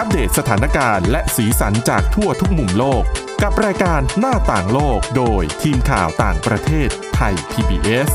อัปเดตสถานการณ์และสีสันจากทั่วทุกมุมโลกกับรายการหน้าต่างโลกโดยทีมข่าวต่างประเทศไทย PBS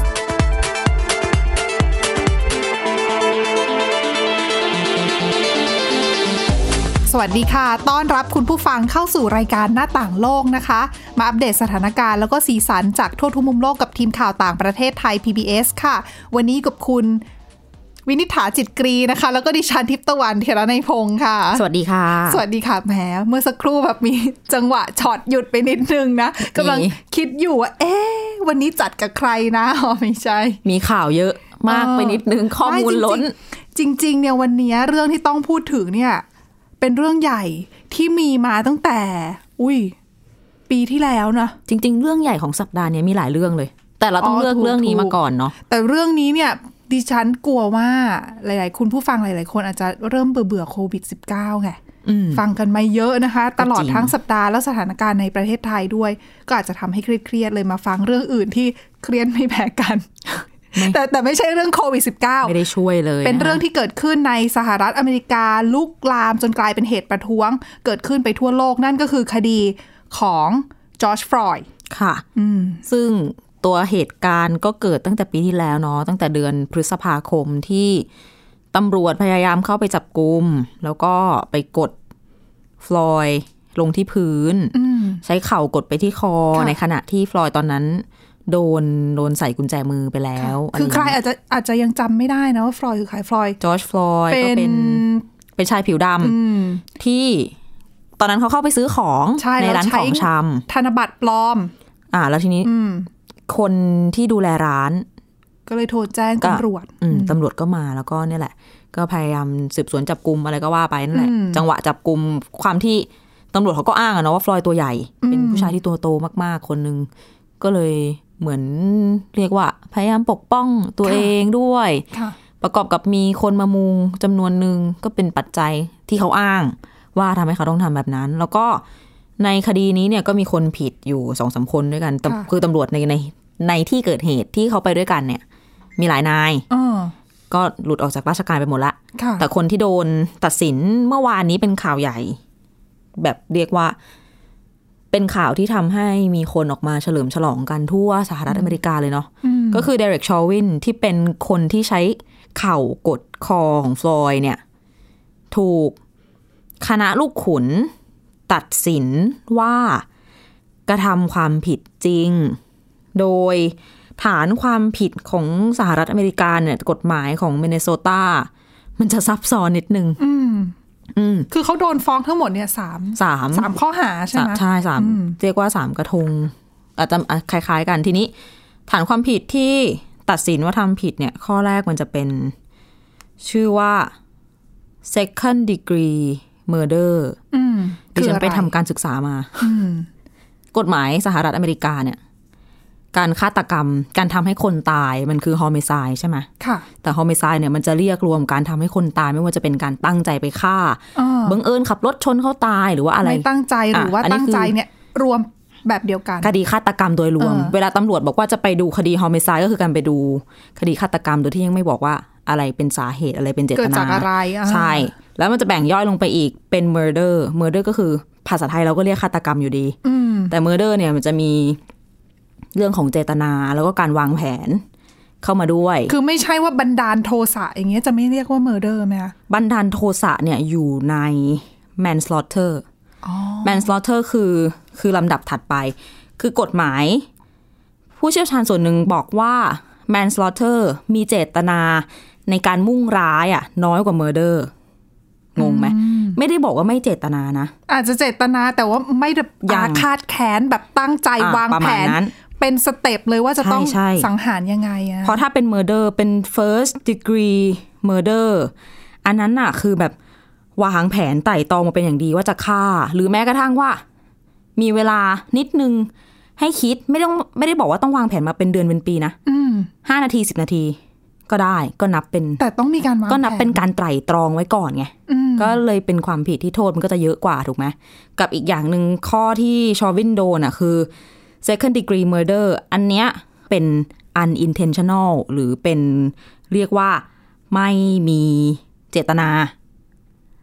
สวัสดีค่ะต้อนรับคุณผู้ฟังเข้าสู่รายการหน้าต่างโลกนะคะมาอัปเดตสถานการณ์แล้วก็สีสันจากทั่วทุกมุมโลกกับทีมข่าวต่างประเทศไทย PBS ค่ะวันนี้กับคุณวินิษฐาจิตกรีนะคะแล้วก็ดิฉันทิพย์ตะวันเทระในพงค์ค่ะสวัสดีค่ะสวัสดีค่ะแหมเมื่อสักครู่แบบมีจังหวะช็อตหยุดไปนิดนึงนะกำลังคิดอยู่ว่าวันนี้จัดกับใครนะไม่ใช่มีข่าวเยอะมากไปนิดนึงข้อมูลล้นจริงๆเนี่ยวันนี้เรื่องที่ต้องพูดถึงเนี่ยเป็นเรื่องใหญ่ที่มีมาตั้งแต่ปีที่แล้วนะจริงๆเรื่องใหญ่ของสัปดาห์นี้มีหลายเรื่องเลยแต่เราต้องเลือกเรื่องนี้มาก่อนเนาะแต่เรื่องนี้เนี่ยดิฉันกลัวว่าหลายๆคุณผู้ฟังหลายๆคนอาจจะเริ่มเบื่อโควิด -19 ไงฟังกันมาเยอะนะคะตลอดทั้งสัปดาห์แล้วสถานการณ์ในประเทศไทยด้วยก็อาจจะทำให้เครียดๆเลยมาฟังเรื่องอื่นที่เครียดไม่แพ้กันแต่ไม่ใช่เรื่องโควิด -19 ไม่ได้ช่วยเลยเป็นเรื่องที่เกิดขึ้นในสหรัฐอเมริกาลุกลามจนกลายเป็นเหตุประท้วงเกิดขึ้นไปทั่วโลกนั่นก็คือคดีของจอร์จฟลอยด์ค่ะซึ่งตัวเหตุการณ์ก็เกิดตั้งแต่ปีที่แล้วเนาะตั้งแต่เดือนพฤษภาคมที่ตำรวจพยายามเข้าไปจับกุมแล้วก็ไปกดฟลอยด์ลงที่พื้นใช้เข่ากดไปที่คอในขณะที่ฟลอยด์ตอนนั้นโดนใส่กุญแจมือไปแล้วคือใครอาจจะยังจำไม่ได้นะว่าฟลอยด์คือใครฟลอยด์จอร์จฟลอยด์ก็เป็นชายผิวดำที่ตอนนั้นเขาเข้าไปซื้อของในร้านของชำธนบัตรปลอมแล้วทีนี้คนที่ดูแลร้านก็เลยโทรแจ้งตำรวจตำรวจก็มาแล้วก็เนี่ยแหละก็พยายามสืบสวนจับกุมอะไรก็ว่าไปนั่นแหละจังหวะจับกุมความที่ตำรวจเขาก็อ้างอะเนาะว่าฟลอยด์ตัวใหญ่เป็นผู้ชายที่ตัวโตมากๆคนนึงก็เลยเหมือนเรียกว่าพยายามปกป้องตัวเองด้วยประกอบกับมีคนมามุงจำนวนหนึ่งก็เป็นปัจจัยที่เขาอ้างว่าทำให้เขาต้องทำแบบนั้นแล้วก็ในคดีนี้เนี่ยก็มีคนผิดอยู่ 2-3 คนด้วยกันคือตำรวจในที่เกิดเหตุที่เขาไปด้วยกันเนี่ยมีหลายนายก็หลุดออกจากราชการไปหมดละแต่คนที่โดนตัดสินเมื่อวานนี้เป็นข่าวใหญ่แบบเรียกว่าเป็นข่าวที่ทำให้มีคนออกมาเฉลิมฉลองกันทั่วสหรัฐอเมริกาเลยเนาะก็คือเดเร็ก ชอวินที่เป็นคนที่ใช้เข่ากดคอของฟลอยด์เนี่ยถูกคณะลูกขุนตัดสินว่ากระทำความผิดจริงโดยฐานความผิดของสหรัฐอเมริกาเนี่ยกฎหมายของมินนิโซตามันจะซับซ้อนนิดนึงคือเขาโดนฟ้องทั้งหมดเนี่ย3ข้อหาใช่ไหมใช่3เรียกว่า3กระทงอาจจะคล้ายๆกันทีนี้ฐานความผิดที่ตัดสินว่าทำผิดเนี่ยข้อแรกมันจะเป็นชื่อว่า second degree murder ดิฉันไปทำการศึกษามากฎหมายสหรัฐอเมริกาเนี่ยการฆาตกรรมการทำให้คนตายมันคือ homicide ใช่ไหมค่ะแต่ homicide เนี่ยมันจะเรียกรวมการทำให้คนตายไม่ว่าจะเป็นการตั้งใจไปฆ่าบังเอิญขับรถชนเขาตายหรือว่าอะไรไม่ตั้งใจหรือว่าตั้งใจเนี่ยรวมแบบเดียวกันคดีฆาตกรรมโดยรวมเวลาตำรวจบอกว่าจะไปดูคดี homicide ก็คือการไปดูคดีฆาตกรรมโดยที่ยังไม่บอกว่าอะไรเป็นสาเหตุอะไรเป็นเจตนาเกิดจากอะไรใช่แล้วมันจะแบ่งย่อยลงไปอีกเป็น murder ก็คือภาษาไทยเราก็เรียกฆาตกรรมอยู่ดีแต่ murder เนี่ยมันจะมีเรื่องของเจตนาแล้วก็การวางแผนเข้ามาด้วยคือไม่ใช่ว่าบันดาลโทสะอย่างเงี้ยจะไม่เรียกว่า murder ไหมคะบันดาลโทสะเนี่ยอยู่ใน manslaughter manslaughter คือลำดับถัดไปคือกฎหมายผู้เชี่ยวชาญส่วนหนึ่งบอกว่า manslaughter มีเจตนาในการมุ่งร้ายอ่ะน้อยกว่า murder งงไหมไม่ได้บอกว่าไม่เจตนานะอาจจะเจตนาแต่ว่าไม่ได้อาฆาตแค้นแบบตั้งใจวางแผนเป็นสเต็ปเลยว่าจะต้องสังหารยังไงอะเพราะถ้าเป็น murder เป็น first degree murder อันนั้นน่ะคือแบบวางแผนไต่ตองมาเป็นอย่างดีว่าจะฆ่าหรือแม้กระทั่งว่ามีเวลานิดนึงให้คิดไม่ได้บอกว่าต้องวางแผนมาเป็นเดือนเป็นปีนะ5 นาที10 นาทีก็ได้ก็นับเป็นแต่ต้องมีการวางแผนก็นับเป็นการไตร่ตรองไว้ก่อนไงก็เลยเป็นความผิดที่โทษมันก็จะเยอะกว่าถูกไหมกับอีกอย่างหนึ่งข้อที่ชอวินโดนอ่ะคือ second degree murder อันเนี้ยเป็น unintentional หรือเป็นเรียกว่าไม่มีเจตนา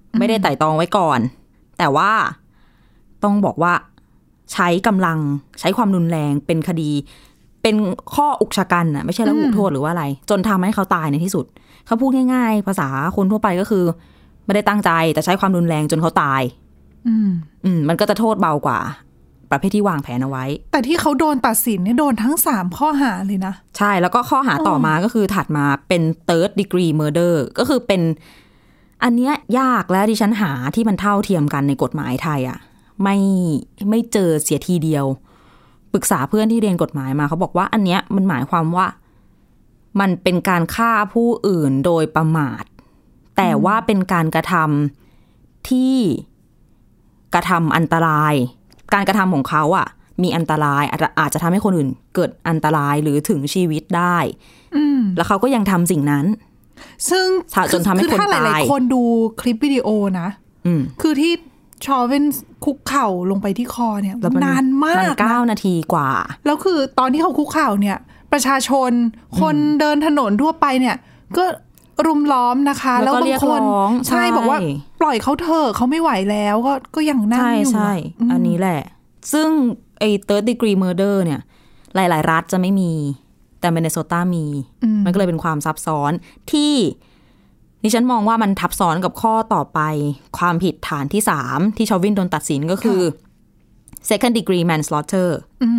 ไม่ได้ไต่ตรองไว้ก่อนแต่ว่าต้องบอกว่าใช้กำลังใช้ความรุนแรงเป็นคดีเป็นข้ออุกชะกันน่ะไม่ใช่ระหุโทษหรือว่าอะไรจนทำให้เขาตายในที่สุดเขาพูดง่ายๆภาษาคนทั่วไปก็คือไม่ได้ตั้งใจแต่ใช้ความรุนแรงจนเขาตายมันก็จะโทษเบากว่าประเภทที่วางแผนเอาไว้แต่ที่เขาโดนตัดสินเนี่ยโดนทั้ง3ข้อหาเลยนะใช่แล้วก็ข้อหาต่อมาก็คือถัดมาเป็น third degree murder ก็คือเป็นอันเนี้ยยากแล้วดิฉันหาที่มันเท่าเทียมกันในกฎหมายไทยอ่ะไม่เจอเสียทีเดียวปรึกษาเพื่อนที่เรียนกฎหมายมาเขาบอกว่าอันเนี้ยมันหมายความว่ามันเป็นการฆ่าผู้อื่นโดยประมาทแต่ว่าเป็นการกระทำที่กระทำอันตรายการกระทำของเขาอ่ะมีอันตรายอาจจะทำให้คนอื่นเกิดอันตรายหรือถึงชีวิตได้แล้วเขาก็ยังทำสิ่งนั้นซึ่งจนทำให้คนตายคือถ้าหลายๆคนดูคลิปวิดีโอนะคือที่ชอเว่นคุกเข่าลงไปที่คอเนี่ยนานมากมัน9 นาทีกว่าแล้วคือตอนที่เขาคุกเข่าเนี่ยประชาชนคนเดินถนนทั่วไปเนี่ยก็รุมล้อมนะคะแล้วบางคนใช่บอกว่าปล่อยเขาเถอะเขาไม่ไหวแล้วก็ยังนั่งอยู่ใช่อันนี้แหละซึ่งไอ้ third degree murder เนี่ยหลายๆรัฐจะไม่มีแต่มินนิโซตามีมันก็เลยเป็นความซับซ้อนที่ดิฉันมองว่ามันทับซ้อนกับข้อต่อไปความผิดฐานที่3ที่ชอวินโดนตัดสินก็คือ second degree manslaughter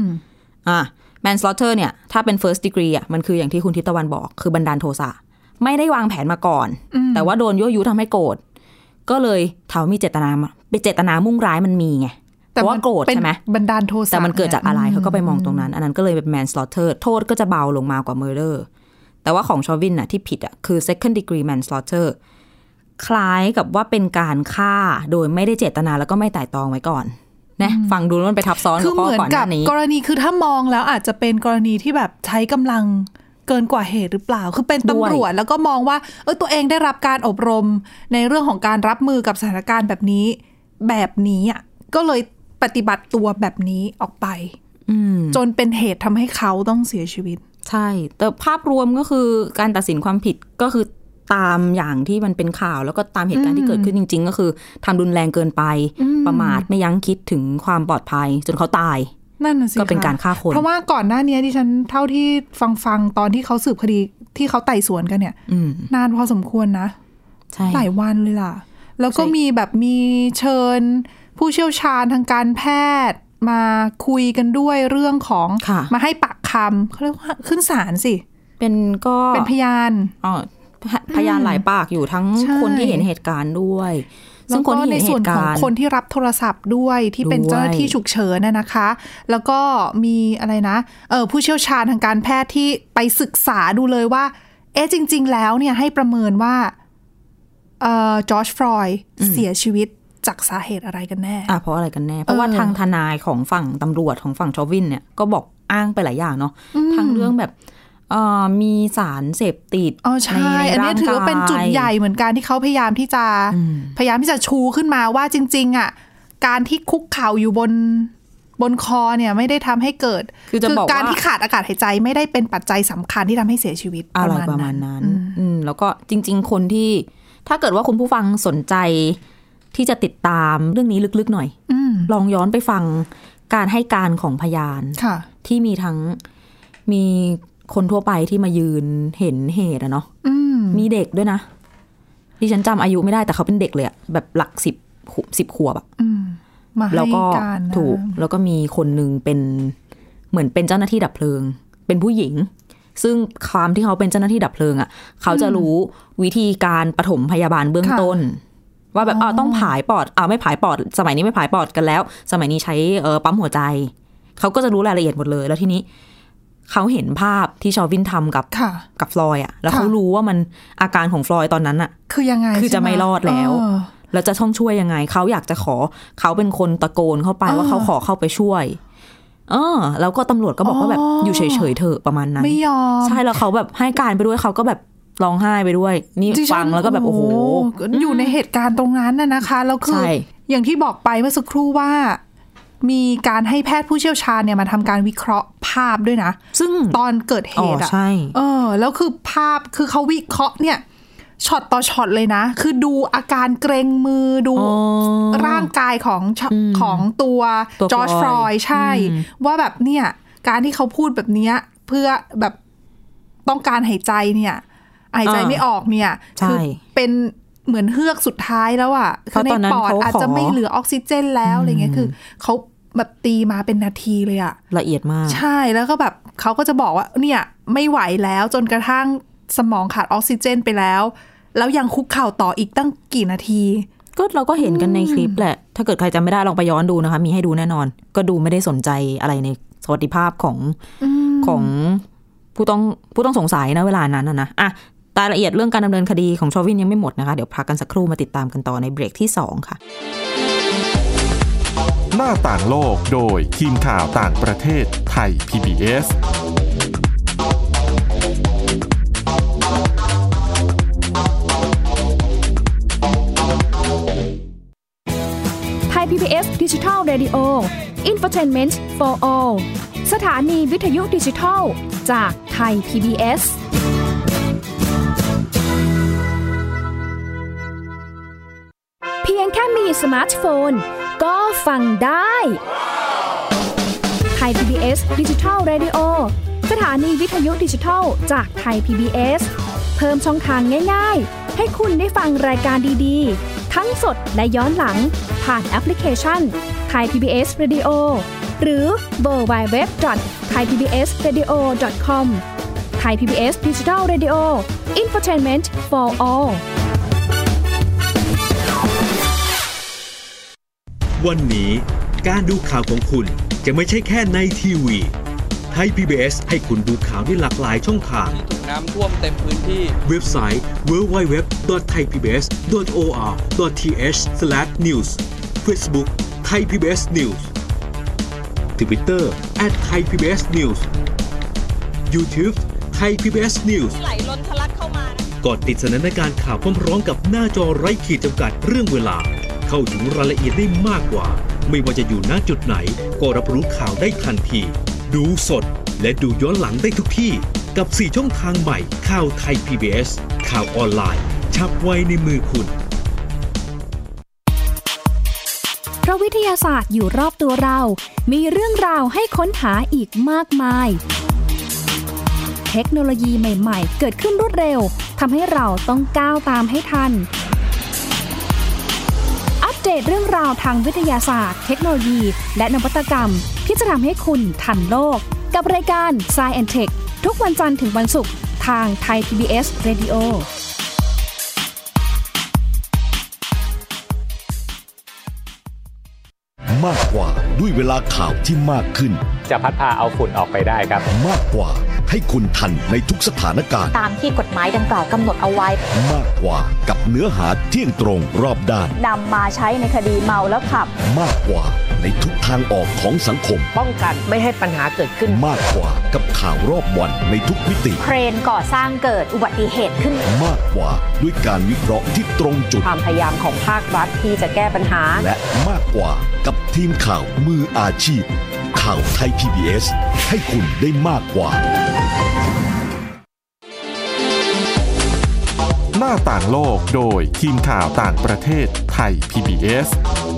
manslaughter เนี่ยถ้าเป็น first degree อ่ะมันคืออย่างที่คุณทิพย์ตะวันบอกคือบันดาลโทสะไม่ได้วางแผนมาก่อนแต่ว่าโดนยั่วยุทำให้โกรธก็เลยถามมีเจตนามุ่งร้ายมันมีไงแต่ว่าโกรธใช่ไหมบันดาลโทสะแต่มันเกิดจากอะไรเขาก็ไปมองตรงนั้นอันนั้นก็เลยเป็น manslaughter โทษก็จะเบาลงมากว่า murder แต่ว่าของชอวินน่ะที่ผิดอ่ะคือ second degree manslaughter คล้ายกับว่าเป็นการฆ่าโดยไม่ได้เจตนาแล้วก็ไม่ไตร่ตรองไว้ก่อนนะฟังดูแล้วมันไปทับซ้อนกับข้อก่อนหน้านี้กรณีคือถ้ามองแล้วอาจจะเป็นกรณีที่แบบใช้กำลังเกินกว่าเหตุหรือเปล่าคือเป็นตำรวจแล้วก็มองว่าตัวเองได้รับการอบรมในเรื่องของการรับมือกับสถานการณ์แบบนี้อ่ะก็เลยปฏิบัติตัวแบบนี้ออกไปจนเป็นเหตุทำให้เขาต้องเสียชีวิตใช่แต่ภาพรวมก็คือการตัดสินความผิดก็คือตามอย่างที่มันเป็นข่าวแล้วก็ตามเหตุการณ์ที่เกิดขึ้นจริงๆก็คือทำรุนแรงเกินไปประมาทไม่ยั้งคิดถึงความปลอดภัยจนเขาตายนั่นน่ะสิก็เป็นการฆ่าคนเพราะว่าก่อนหน้านี้ดิฉันเท่าที่ฟังตอนที่เขาสืบคดีที่เขาไต่สวนกันเนี่ยนานพอสมควรนะหลายวันเลยล่ะแล้วก็มีเชิญผู้เชี่ยวชาญทางการแพทย์มาคุยกันด้วยเรื่องของมาให้ปากคำเขาเรียกว่าขึ้นศาลสิเป็นพยานพยานหลายปากอยู่ทั้งคนที่เห็นเหตุการณ์ด้วยซึ่งคนที่เห็นเหตุการณ์คนที่รับโทรศัพท์ด้วยที่เป็นเจ้าหน้าที่ฉุกเฉินนะคะแล้วก็มีอะไรนะผู้เชี่ยวชาญทางการแพทย์ที่ไปศึกษาดูเลยว่าจริงๆแล้วเนี่ยให้ประเมินว่าจอร์จฟลอยด์เสียชีวิตจากสาเหตุอะไรกันแน่เพราะอะไรกันแน่เพราะว่าทางทนายของฝั่งตำรวจของฝั่งชอวินเนี่ยก็บอกอ้างไปหลายอย่างเนาะทั้งเรื่องแบบมีสารเสพติดใช่อันนี้ถือว่าเป็นจุดใหญ่เหมือนกันที่เขาพยายามที่จะชูขึ้นมาว่าจริงๆอ่ะการที่คุกเข่าอยู่บนคอเนี่ยไม่ได้ทำให้เกิดคือการที่ขาดอากาศหายใจไม่ได้เป็นปัจจัยสำคัญที่ทำให้เสียชีวิตอะไรประมาณนั้นแล้วก็จริงๆคนที่ถ้าเกิดว่าคุณผู้ฟังสนใจที่จะติดตามเรื่องนี้ลึกๆหน่อยลองย้อนไปฟังการให้การของพยานที่มีคนทั่วไปที่มายืนเห็นเหตุอะเนาะมีเด็กด้วยนะดิฉันจำอายุไม่ได้แต่เขาเป็นเด็กเลยอะแบบหลัก10 ขวบอะแล้วก็ถูกแล้วก็มีคนนึงเป็นเหมือนเป็นเจ้าหน้าที่ดับเพลิงเป็นผู้หญิงซึ่งความที่เขาเป็นเจ้าหน้าที่ดับเพลิงอะเขาจะรู้วิธีการปฐมพยาบาลเบื้องต้นว่าแบบต้องผายปอดไม่ผายปอดสมัยนี้ไม่ผายปอดกันแล้วสมัยนี้ใช้ปั๊มหัวใจเขาก็จะรู้รายละเอียดหมดเลยแล้วทีนี้เขาเห็นภาพที่ชอวินทำกับฟลอยด์แล้วเขารู้ว่ามันอาการของฟลอยด์ตอนนั้นคือยังไงคือจะไม่รอดแล้วจะต้องช่วยยังไงเขาอยากจะเขาเป็นคนตะโกนเข้าไปว่าเขาขอเข้าไปช่วยแล้วก็ตำรวจก็บอกว่าแบบอยู่เฉยๆเถอะประมาณนั้นไม่ยอมใช่แล้วเขาแบบให้การไปด้วยเขาก็แบบร้องไห้ไปด้วยนี่ฟังแล้วก็แบบโอ้โหอยู่ในเหตุการณ์ตรงนั้นนะคะแล้วคืออย่างที่บอกไปเมื่อสักครู่ว่ามีการให้แพทย์ผู้เชี่ยวชาญเนี่ยมาทำการวิเคราะห์ภาพด้วยนะซึ่งตอนเกิดเหตุแล้วคือภาพคือเขาวิเคราะห์เนี่ยช็อตต่อช็อตเลยนะคือดูอาการเกรงมือดูร่างกายของตัวจอร์จฟลอยด์ใช่ว่าแบบเนี่ยการที่เขาพูดแบบนี้เพื่อแบบต้องการหายใจเนี่ยหายใจไม่ออกเนี่ยคือเป็นเหมือนเฮือกสุดท้ายแล้วอ่ะคือในปอดอาจจะไม่เหลือออกซิเจนแล้วอะไรเงี้ยคือเขาแบบตีมาเป็นนาทีเลยอ่ะละเอียดมากใช่แล้วก็แบบเขาก็จะบอกว่าเนี่ยไม่ไหวแล้วจนกระทั่งสมองขาดออกซิเจนไปแล้วยังคุกเข่าต่ออีกตั้งกี่นาทีก็เราก็เห็นกันในคลิปแหละถ้าเกิดใครจำไม่ได้ลองไปย้อนดูนะคะมีให้ดูแน่นอนก็ดูไม่ได้สนใจอะไรในสวัสดิภาพของผู้ต้องสงสัยนะเวลานั้นนะอ่ะรายละเอียดเรื่องการดำเนินคดีของชอวินยังไม่หมดนะคะเดี๋ยวพักกันสักครู่มาติดตามกันต่อในเบรกที่2ค่ะหน้าต่างโลกโดยทีมข่าวต่างประเทศไทย PBS ไทย PBS Digital Radio Infotainment for All สถานีวิทยุดิจิทัลจากไทย PBSเพียงแค่มีสมาร์ทโฟนก็ฟังได้ไทย PBS Digital Radio สถานีวิทยุดิจิทัลจากไทย PBS เพิ่มช่องทางง่ายๆให้คุณได้ฟังรายการดีๆทั้งสดและย้อนหลังผ่านแอปพลิเคชัน Thai PBS Radio หรือ www.thaipbsradio.com Thai PBS Digital Radio Infotainment for All วันนี้การดูข่าวของคุณจะไม่ใช่แค่ในทีวีไทย PBS ให้คุณดูข่าวได้หลากหลายช่องทางถูกน้ำท่วมเต็มพื้นที่เว็บไซต์ www.thaipbs.or.th/news Facebook Thai PBS News Twitter @thaipbsnews YouTube Thai PBS News ไหลล้นทะลักเข้ามานะกดติดสนันในการข่าวพร้อมๆกับหน้าจอไร้ขีดจำกัดเรื่องเวลาเข้าถึงรายละเอียดได้มากกว่าไม่ว่าจะอยู่ณจุดไหนก็รับรู้ข่าวได้ทันทีดูสดและดูย้อนหลังได้ทุกที่กับ4ช่องทางใหม่ข่าวไทย PBS ข่าวออนไลน์ชับไว้ในมือคุณเพราะวิทยาศาสตร์อยู่รอบตัวเรามีเรื่องราวให้ค้นหาอีกมากมายเทคโนโลยีใหม่ๆเกิดขึ้นรวดเร็วทำให้เราต้องก้าวตามให้ทันอัปเดตเรื่องราวทางวิทยาศาสตร์เทคโนโลยีและนวัตกรรมที่จะทำให้คุณทันโลกกับรายการ Science and Tech ทุกวันจันทร์ถึงวันศุกร์ทาง Thai PBS Radio มากกว่าด้วยเวลาข่าวที่มากขึ้นจะพัดพาเอาฝุ่นออกไปได้ครับมากกว่าให้คุณทันในทุกสถานการณ์ตามที่กฎหมายดังกล่าวกำหนดเอาไว้มากกว่ากับเนื้อหาเที่ยงตรงรอบด้านนำมาใช้ในคดีเมาแล้วขับมากกว่าในทุกทางออกของสังคมป้องกันไม่ให้ปัญหาเกิดขึ้นมากกว่ากับข่าวรอบวันในทุกมิติเครนก่อสร้างเกิดอุบัติเหตุขึ้นมากกว่าด้วยการวิเคราะห์ที่ตรงจุดความพยายามของภาครัฐที่จะแก้ปัญหาและมากกว่ากับทีมข่าวมืออาชีพข่าวไทย PBS ให้คุณได้มากกว่าหน้าต่างโลกโดยทีมข่าวต่างประเทศไทย PBS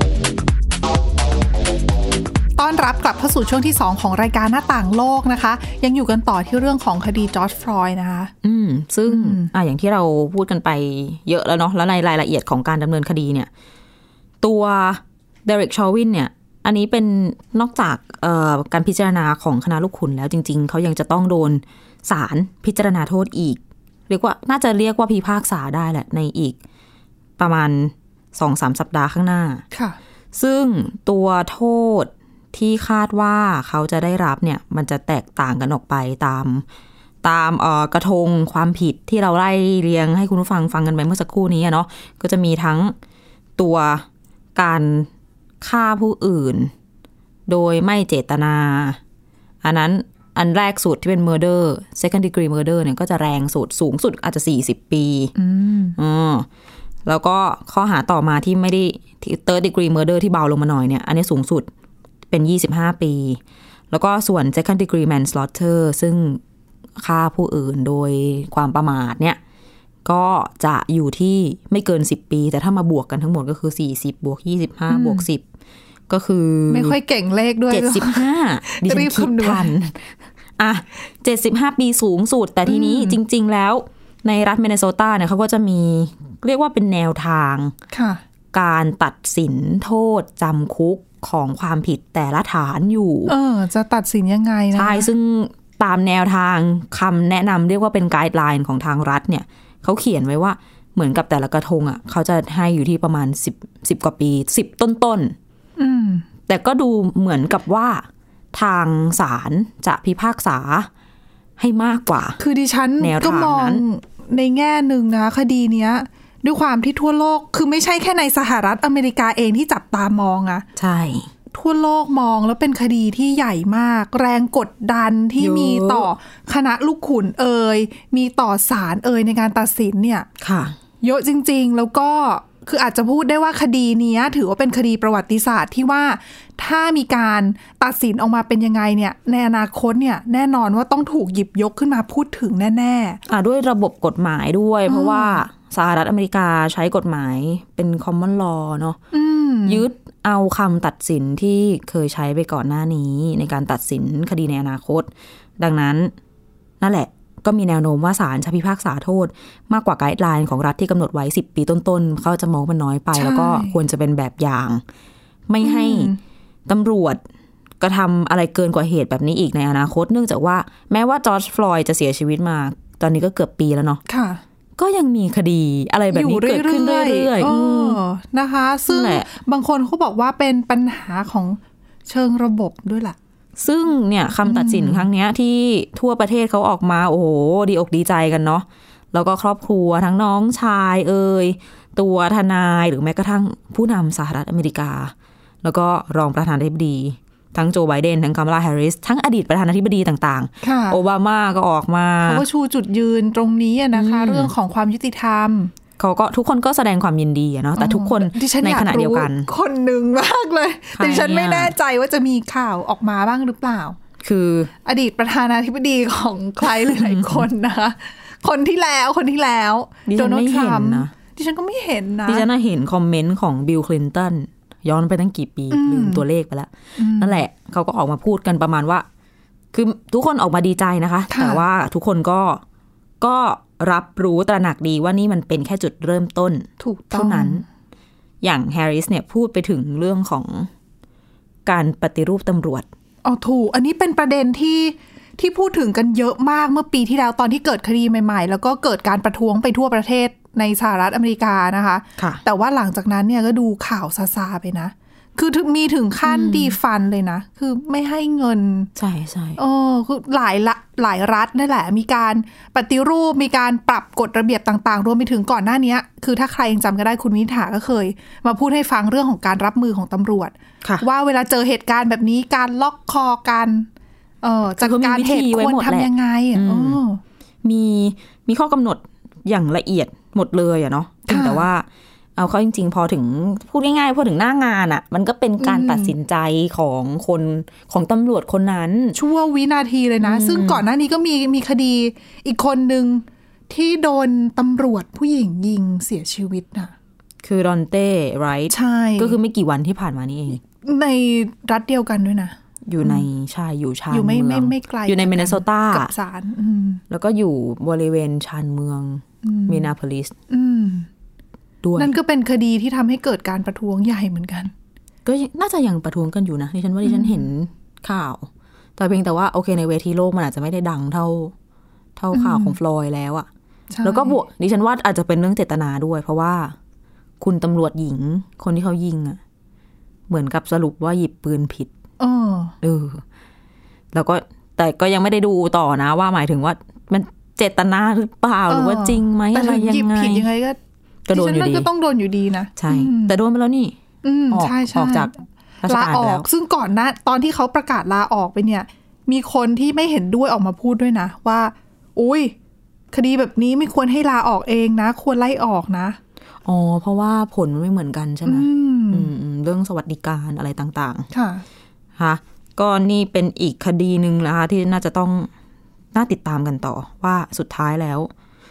ต้อนรับกลับเข้าสู่ช่วงที่2ของรายการหน้าต่างโลกนะคะยังอยู่กันต่อที่เรื่องของคดีจอร์จฟลอยด์นะคะซึ่งอย่างที่เราพูดกันไปเยอะแล้วเนาะแล้วในรายละเอียดของการดำเนินคดีเนี่ยตัวเดเร็ก ชอวินเนี่ยอันนี้เป็นนอกจากการพิจารณาของคณะลูกขุนแล้วจริงๆเขายังจะต้องโดนศาลพิจารณาโทษอีกเรียกว่าน่าจะเรียกว่าพิพากษาได้แหละในอีกประมาณ 2-3 สัปดาห์ข้างหน้าค่ะซึ่งตัวโทษที่คาดว่าเขาจะได้รับเนี่ยมันจะแตกต่างกันออกไปตามกระทงความผิดที่เราไล่เรียงให้คุณผู้ฟังฟังกันไปเมื่อสักครู่นี้เนาะก็จะมีทั้งตัวการฆ่าผู้อื่นโดยไม่เจตนาอันแรกสุดที่เป็น murder second degree murder เนี่ยก็จะแรงสุดสูงสุดอาจจะ40 ปีแล้วก็ข้อหาต่อมาที่ไม่ได้ third degree murder ที่เบาลงมาหน่อยเนี่ยอันนี้สูงสุดเป็น25 ปีแล้วก็ส่วน second degree manslaughter ซึ่งฆ่าผู้อื่นโดยความประมาทเนี่ยก็จะอยู่ที่ไม่เกิน10ปีแต่ถ้ามาบวกกันทั้งหมดก็คือ40บวก25บวก10ก็คือไม่ค่อยเก่งเลขด้วย 75ดิฉันคิดทัน75ปีสูงสุดแต่ทีนี้จริงๆแล้วในรัฐมินนิโซตาเนี่ยเขาก็จะมีเรียกว่าเป็นแนวทางการตัดสินโทษจำคุกของความผิดแต่ละฐานอยู่จะตัดสินยังไงนะใช่ซึ่งตามแนวทางคำแนะนำเรียกว่าเป็นไกด์ไลน์ของทางรัฐเนี่ยเขาเขียนไว้ว่าเหมือนกับแต่ละกระทงอ่ะเขาจะให้อยู่ที่ประมาณ10กว่าปี10ต้นๆแต่ก็ดูเหมือนกับว่าทางศาลจะพิพากษาให้มากกว่าคือดิฉันก็มองในแง่หนึ่งนะคดีเนี้ยด้วยความที่ทั่วโลกคือไม่ใช่แค่ในสหรัฐอเมริกาเองที่จับตามองอะใช่ทั่วโลกมองแล้วเป็นคดีที่ใหญ่มากแรงกดดันที่มีต่อคณะลูกขุนมีต่อศาลในการตัดสินเนี่ยค่ะเยอะจริงๆแล้วก็คืออาจจะพูดได้ว่าคดีนี้ถือว่าเป็นคดีประวัติศาสตร์ที่ว่าถ้ามีการตัดสินออกมาเป็นยังไงเนี่ยในอนาคตเนี่ยแน่นอนว่าต้องถูกหยิบยกขึ้นมาพูดถึงแน่ๆด้วยระบบกฎหมายด้วยเพราะว่าสหรัฐอเมริกาใช้กฎหมายเป็น common law เนาะยึดเอาคำตัดสินที่เคยใช้ไปก่อนหน้านี้ในการตัดสินคดีในอนาคตดังนั้นนั่นแหละก็มีแนวโน้มว่าศาลจะพิพากษาโทษมากกว่าไกด์ไลน์ของรัฐที่กำหนดไว้10ปีต้นๆเขาจะมองมันน้อยไปแล้วก็ควรจะเป็นแบบอย่างไม่ให้ตำรวจกระทำอะไรเกินกว่าเหตุแบบนี้อีกในอนาคตเนื่องจากว่าแม้ว่าจอร์จฟลอยด์จะเสียชีวิตมาตอนนี้ก็เกือบปีแล้วเนาะก็ยังมีคดีอะไรแบบนี้เกิดขึ้นเรื่อยๆนะคะซึ่งบางคนเขาบอกว่าเป็นปัญหาของเชิงระบบด้วยล่ะซึ่งเนี่ยคำตัดสินครั้งนี้ที่ทั่วประเทศเขาออกมาโอ้โหดีอกดีใจกันเนาะแล้วก็ครอบครัวทั้งน้องชายตัวทนายหรือแม้กระทั่งผู้นำสหรัฐอเมริกาแล้วก็รองประธานาธิบดีทั้งโจไบเดนทั้งคัมลาแฮร์ริสทั้งอดีตประธานาธิบดีต่างๆโอบามาก็ออกมาเขาก็ชูจุดยืนตรงนี้นะคะเรื่องของความยุติธรรมเขาก็ทุกคนก็แสดงความยินดีเนาะแต่ทุกคนในขณะเดียวกันคนหนึ่งมากเลยดิฉันไม่แน่ใจว่าจะมีข่าวออกมาบ้างหรือเปล่าคืออดีตประธานาธิบดีของใครหลายๆคนนะคะคนที่แล้วโดนัลด์ทรัมป์ดิฉันก็ไม่เห็นนะดิฉันเห็นคอมเมนต์ของบิลคลินตันย้อนไปตั้งกี่ปีลืมตัวเลขไปแล้วนั่นแหละเขาก็ออกมาพูดกันประมาณว่าคือทุกคนออกมาดีใจนะคะแต่ว่าทุกคนก็รับรู้ตระหนักดีว่านี่มันเป็นแค่จุดเริ่มต้นเท่านั้นอย่างแฮร์ริสเนี่ยพูดไปถึงเรื่องของการปฏิรูปตำรวจถูกอันนี้เป็นประเด็นที่พูดถึงกันเยอะมากเมื่อปีที่แล้วตอนที่เกิดคดีใหม่ๆแล้วก็เกิดการประท้วงไปทั่วประเทศในสหรัฐอเมริกานะคะแต่ว่าหลังจากนั้นเนี่ยก็ดูข่าวซาๆไปนะคือมีถึงขั้นดีฟันเลยนะคือไม่ให้เงินใช่ใช่คือหลายรัฐนั่นแหละมีการปฏิรูปมีการปรับกฎระเบียบต่างๆรวมไปถึงก่อนหน้านี้คือถ้าใครยังจำกันได้คุณวินิษฐาก็เคยมาพูดให้ฟังเรื่องของการรับมือของตำรวจว่าเวลาเจอเหตุการณ์แบบนี้การล็อกคอกันจัดการเหตุควรทำยังไงมีข้อกำหนดอย่างละเอียดหมดเลยเนาะแต่ว่าเอาเข้าจริงๆพอถึงพูดง่ายๆพอถึงหน้างานมันก็เป็นการตัดสินใจของคนของตำรวจคนนั้นชั่ววินาทีเลยนะซึ่งก่อนหน้านี้ก็มีคดีอีกคนนึงที่โดนตำรวจผู้หญิงยิงเสียชีวิตน่ะคือรอนเต้ไรท์ใช่ก็คือไม่กี่วันที่ผ่านมานี่เองในรัฐเดียวกันด้วยนะอยู่ในชานเมืองอยู่ไม่ไกลอยู่ในมินนิโซตากับศาลแล้วก็อยู่บริเวณชานเมืองมินนาโพลิสด้วยนั่นก็เป็นคดีที่ทำให้เกิดการประท้วงใหญ่เหมือนกันก็น่าจะยังประท้วงกันอยู่นะดิฉันว่าดิฉันเห็นข่าวแต่เพียงแต่ว่าโอเคในเวทีโลกมันอาจจะไม่ได้ดังเท่าข่าวของฟลอยด์แล้วอะแล้วก็บวกดิฉันว่าอาจจะเป็นเรื่องเจตนาด้วยเพราะว่าคุณตำรวจหญิงคนที่เขายิงอะเหมือนกับสรุปว่าหยิบปืนผิดแล้วก็แต่ก็ยังไม่ได้ดูต่อนะว่าหมายถึงว่ามันเจตนาหรือเปล่าหรือว่าจริงไหมอะไรยังไงหยิบผิดยังไงก็โดนอยู่ดีก็ต้องโดนอยู่ดีนะใช่แต่โดนไปแล้วนี่ใช่ออกจากลาออกซึ่งก่อนหน้าตอนที่เขาประกาศลาออกไปเนี่ยมีคนที่ไม่เห็นด้วยออกมาพูดด้วยนะว่าอุ้ยคดีแบบนี้ไม่ควรให้ลาออกเองนะควรไล่ออกนะเพราะว่าผลมันไม่เหมือนกันใช่ไหมเรื่องสวัสดิการอะไรต่างๆค่ะก็นี่เป็นอีกคดีหนึ่งนะคะที่น่าจะต้องน่าติดตามกันต่อว่าสุดท้ายแล้ว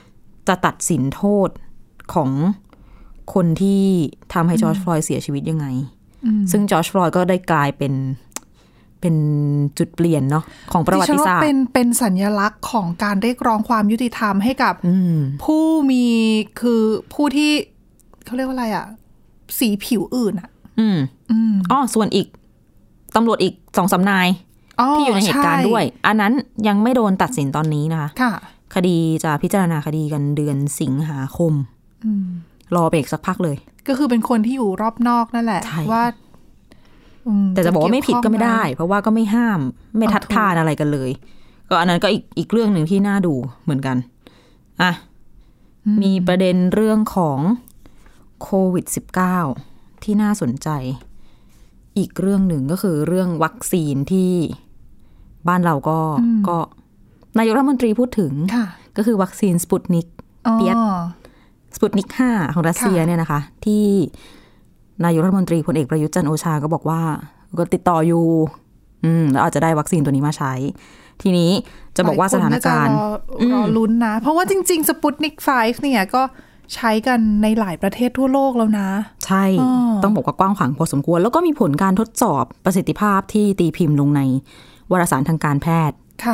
จะตัดสินโทษของคนที่ทำให้จอร์จฟลอยด์เสียชีวิตยังไงซึ่งจอร์จฟลอยด์ก็ได้กลายเป็นจุดเปลี่ยนเนาะของประวัติศาสตร์เป็นสัญลักษณ์ของการเรียกร้องความยุติธรรมให้กับผู้มีคือผู้ที่เขาเรียกว่าอะไรอ่ะสีผิวอื่นอ่ะส่วนอีกตำรวจอีก 2-3 นายที่อยู่ในเหตุการณ์ด้วยอันนั้นยังไม่โดนตัดสินตอนนี้นะคะคดีจะพิจารณาคดีกันเดือนสิงหาคมรอเบรกสักพักเลยก็คือเป็นคนที่อยู่รอบนอกนั่นแหละว่าแต่จะบอกว่าไม่ผิดก็ไม่ได้เพราะว่าก็ไม่ห้ามไม่ทัดทานอะไรกันเลยก็อันนั้นก็อีกเรื่องหนึ่งที่น่าดูเหมือนกันอ่ะมีประเด็นเรื่องของโควิด -19 ที่น่าสนใจอีกเรื่องหนึ่งก็คือเรื่องวัคซีนที่บ้านเราก็นายกรัฐมนตรีพูดถึงก็คือวัคซีนสปุตนิกเปียดสปุตนิก 5ของรัสเซียเนี่ยนะคะที่นายกรัฐมนตรีพลเอกประยุทธ์จันทร์โอชาก็บอกว่าก็ติดต่ออยู่แล้วอาจจะได้วัคซีนตัวนี้มาใช้ทีนี้จะบอกว่าสถานการณ์รอลุ้นนะเพราะว่าจริงๆสปุตนิก 5เนี่ยก็ใช้กันในหลายประเทศทั่วโลกแล้วนะใช่ต้องบอกว่ากว้างขวางพอสมควรแล้วก็มีผลการทดสอบประสิทธิภาพที่ตีพิมพ์ลงในวารสารทางการแพทย์ค่ะ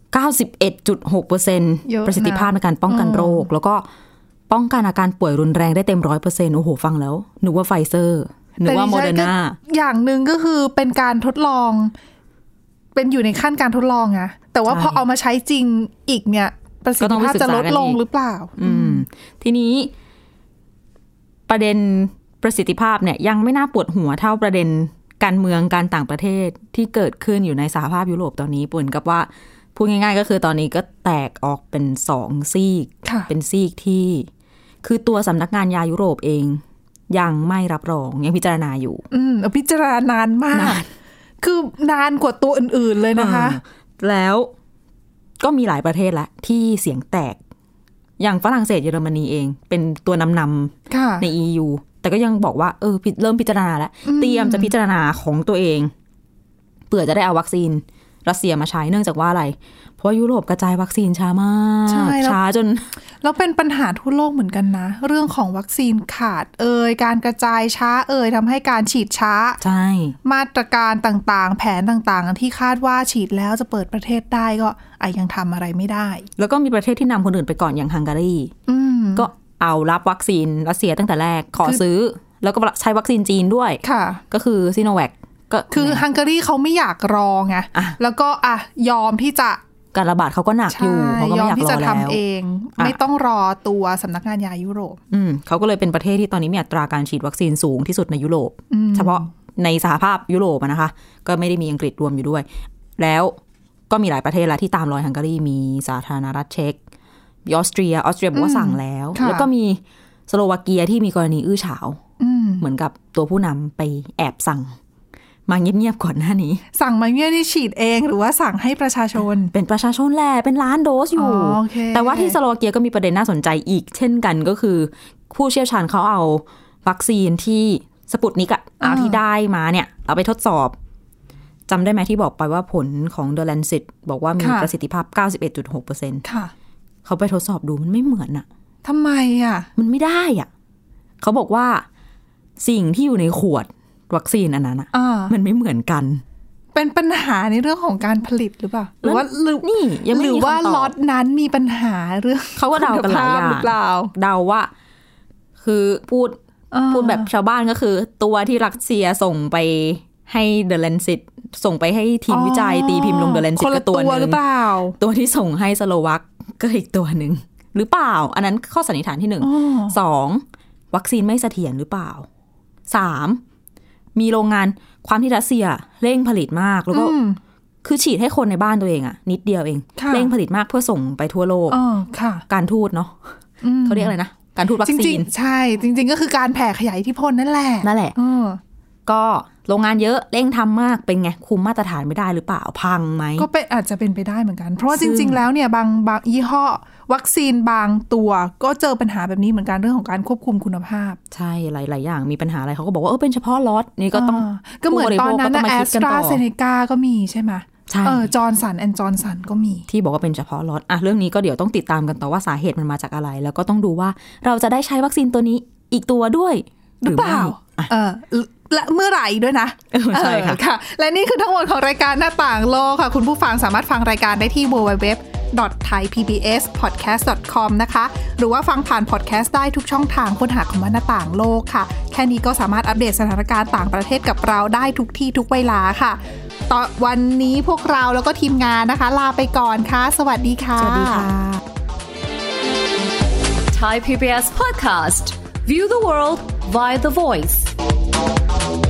91.6% ประสิทธิภาพในการป้องกันโรคแล้วก็ป้องกันอาการป่วยรุนแรงได้เต็ม 100% โอ้โหฟังแล้วนึกว่าไฟเซอร์นึกว่าโมเดอร์นาอย่างนึงก็คือเป็นการทดลองเป็นอยู่ในขั้นการทดลองไงแต่ว่าพอเอามาใช้จริงอีกเนี่ยประสิทธิภาพจะลดลงหรือเปล่าทีนี้ประเด็นประสิทธิภาพเนี่ยยังไม่น่าปวดหัวเท่าประเด็นการเมืองการต่างประเทศที่เกิดขึ้นอยู่ในสหภาพยุโรปตอนนี้เหมือนกับว่าพูดง่ายๆก็คือตอนนี้ก็แตกออกเป็น2ซีกเป็นซีกที่คือตัวสำนักงานยายุโรปเองยังไม่รับรองยังพิจารณาอยู่พิจารณานานมากคือนานกว่าตัวอื่นๆเลยนะคะแล้วก็มีหลายประเทศละที่เสียงแตกอย่างฝรั่งเศสเยอรมนีเองเป็นตัวนำใน EU แต่ก็ยังบอกว่าเริ่มพิจารณาแล้วเตรียมจะพิจารณาของตัวเองเผื่อจะได้เอาวัคซีนรัสเซียมาใช้เนื่องจากว่าอะไรเพราะยุโรปกระจายวัคซีนช้ามากช้าจนแล้วเป็นปัญหาทั่วโลกเหมือนกันนะเรื่องของวัคซีนขาดการกระจายช้าทำให้การฉีดช้าใช่มาตรการต่างๆแผนต่างๆที่คาดว่าฉีดแล้วจะเปิดประเทศได้ก็ยังทำอะไรไม่ได้แล้วก็มีประเทศที่นำคนอื่นไปก่อนอย่างฮังการีก็เอารับวัคซีนรัสเซียตั้งแต่แรกขอซื้อแล้วก็ใช้วัคซีนจีนด้วยก็คือซิโนแวคก็คือฮังการีเขาไม่อยากรอไงแล้วก็ยอมที่จะการระบาดเขาก็หนักอยู่เขาก็ไม่อยากรอแล้วยอมที่จะทำเองไม่ต้องรอตัวสำนักงานยายุโรปเขาก็เลยเป็นประเทศที่ตอนนี้มีอัตราการฉีดวัคซีนสูงที่สุดในยุโรปเฉพาะในสหภาพยุโรปนะคะก็ไม่ได้มีอังกฤษรวมอยู่ด้วยแล้วก็มีหลายประเทศแล้วที่ตามรอยฮังการีมีสาธารณรัฐเช็กมีออสเตรียบอกว่าสั่งแล้วแล้วก็มีสโลวาเกียที่มีกรณีอื้อฉาวเหมือนกับตัวผู้นำไปแอบสั่งมาเงียบๆก่อนหน้านี้สั่งมาเงียบนี่ฉีดเองหรือว่าสั่งให้ประชาชนเป็นประชาชนแหละเป็นล้านโดสอยู่ แต่ว่าที่สโลวาเกียก็มีประเด็นน่าสนใจอีกเช่นกันก็คือผู้เชี่ยวชาญเขาเอาวัคซีนที่สปุตนิกเอาที่ได้มาเนี่ยเอาไปทดสอบจำได้ไหมที่บอกไปว่าผลของ The Lancet บอกว่ามีประสิทธิภาพ 91.6% ค่ะเขาไปทดสอบดูมันไม่เหมือนอะทำไมอะมันไม่ได้อะเขาบอกว่าสิ่งที่อยู่ในขวดวัคซีนอันนั้นมันไม่เหมือนกันเป็นปัญหาในเรื่องของการผลิตหรือเปล่าหรือว่านี่ยังไม่หรือว่าล็อตนั้นมีปัญหาเรื่องเขาก็เดากันหลายอย่างเดาว่าคือพูดแบบชาวบ้านก็คือตัวที่รัสเซียส่งไปให้ The Lancet ส่งไปให้ทีมวิจัยตีพิมพ์ลง The Lancet ก็ตัวนึงตัวที่ส่งให้สโลวักก็อีกตัวนึงหรือเปล่าอันนั้นข้อสันนิษฐานที่1 2วัคซีนไม่เสถียรหรือเปล่า3มีโรงงานความที่รัสเซียเร่งผลิตมากแล้วก็คือฉีดให้คนในบ้านตัวเองนิดเดียวเองเร่งผลิตมากเพื่อส่งไปทั่วโลกการทูตเนาะเขาเรียกอะไรนะการทูตวัคซีนใช่จริงๆก็คือการแผ่ขยายอิทธิพลนั่นแหละก็โรงงานเยอะเร่งทำมากเป็นไงคุมมาตรฐานไม่ได้หรือเปล่าพังไหมก็เป็นอาจจะเป็นไปได้เหมือนกันเพราะว่าจริงๆแล้วเนี่ยบางยี่ห้อวัคซีนบางตัวก็เจอปัญหาแบบนี้เหมือนกันเรื่องของการควบคุมคุณภาพใช่หลายๆอย่างมีปัญหาอะไรเขาก็บอกว่าเป็นเฉพาะล็อตนี่ก็ต้องก็เหมือนตอนนั้นแอสตราเซเนกาก็มีใช่ไหมใช่จอห์นสันแอนด์จอห์นสันก็มีที่บอกว่าเป็นเฉพาะล็อตเรื่องนี้ก็เดี๋ยวต้องติดตามกันต่อว่าสาเหตุมันมาจากอะไร แล้วก็ต้องดูว่าเราจะได้ใช้วัคซีนตัวนี้อีกตัวด้วยหรือเปล่าและเมื่อไหร่ด้วยนะใช่ค่ะและนี่คือทั้งหมดของรายการหน้าต่างโลกค่ะคุณผู้ฟังสามารถฟังรายการได้ที่ www.thaipbspodcast.com นะคะหรือว่าฟังผ่านพอดแคสต์ได้ทุกช่องทางค้นหาคำว่าหน้าต่างโลกค่ะแค่นี้ก็สามารถอัปเดตสถานการณ์ต่างประเทศกับเราได้ทุกที่ทุกเวลาค่ะตอนวันนี้พวกเราแล้วก็ทีมงานนะคะลาไปก่อนค่ะสวัสดีค่ะสวัสดีค่ะ Thai PBS Podcast View the world via the voice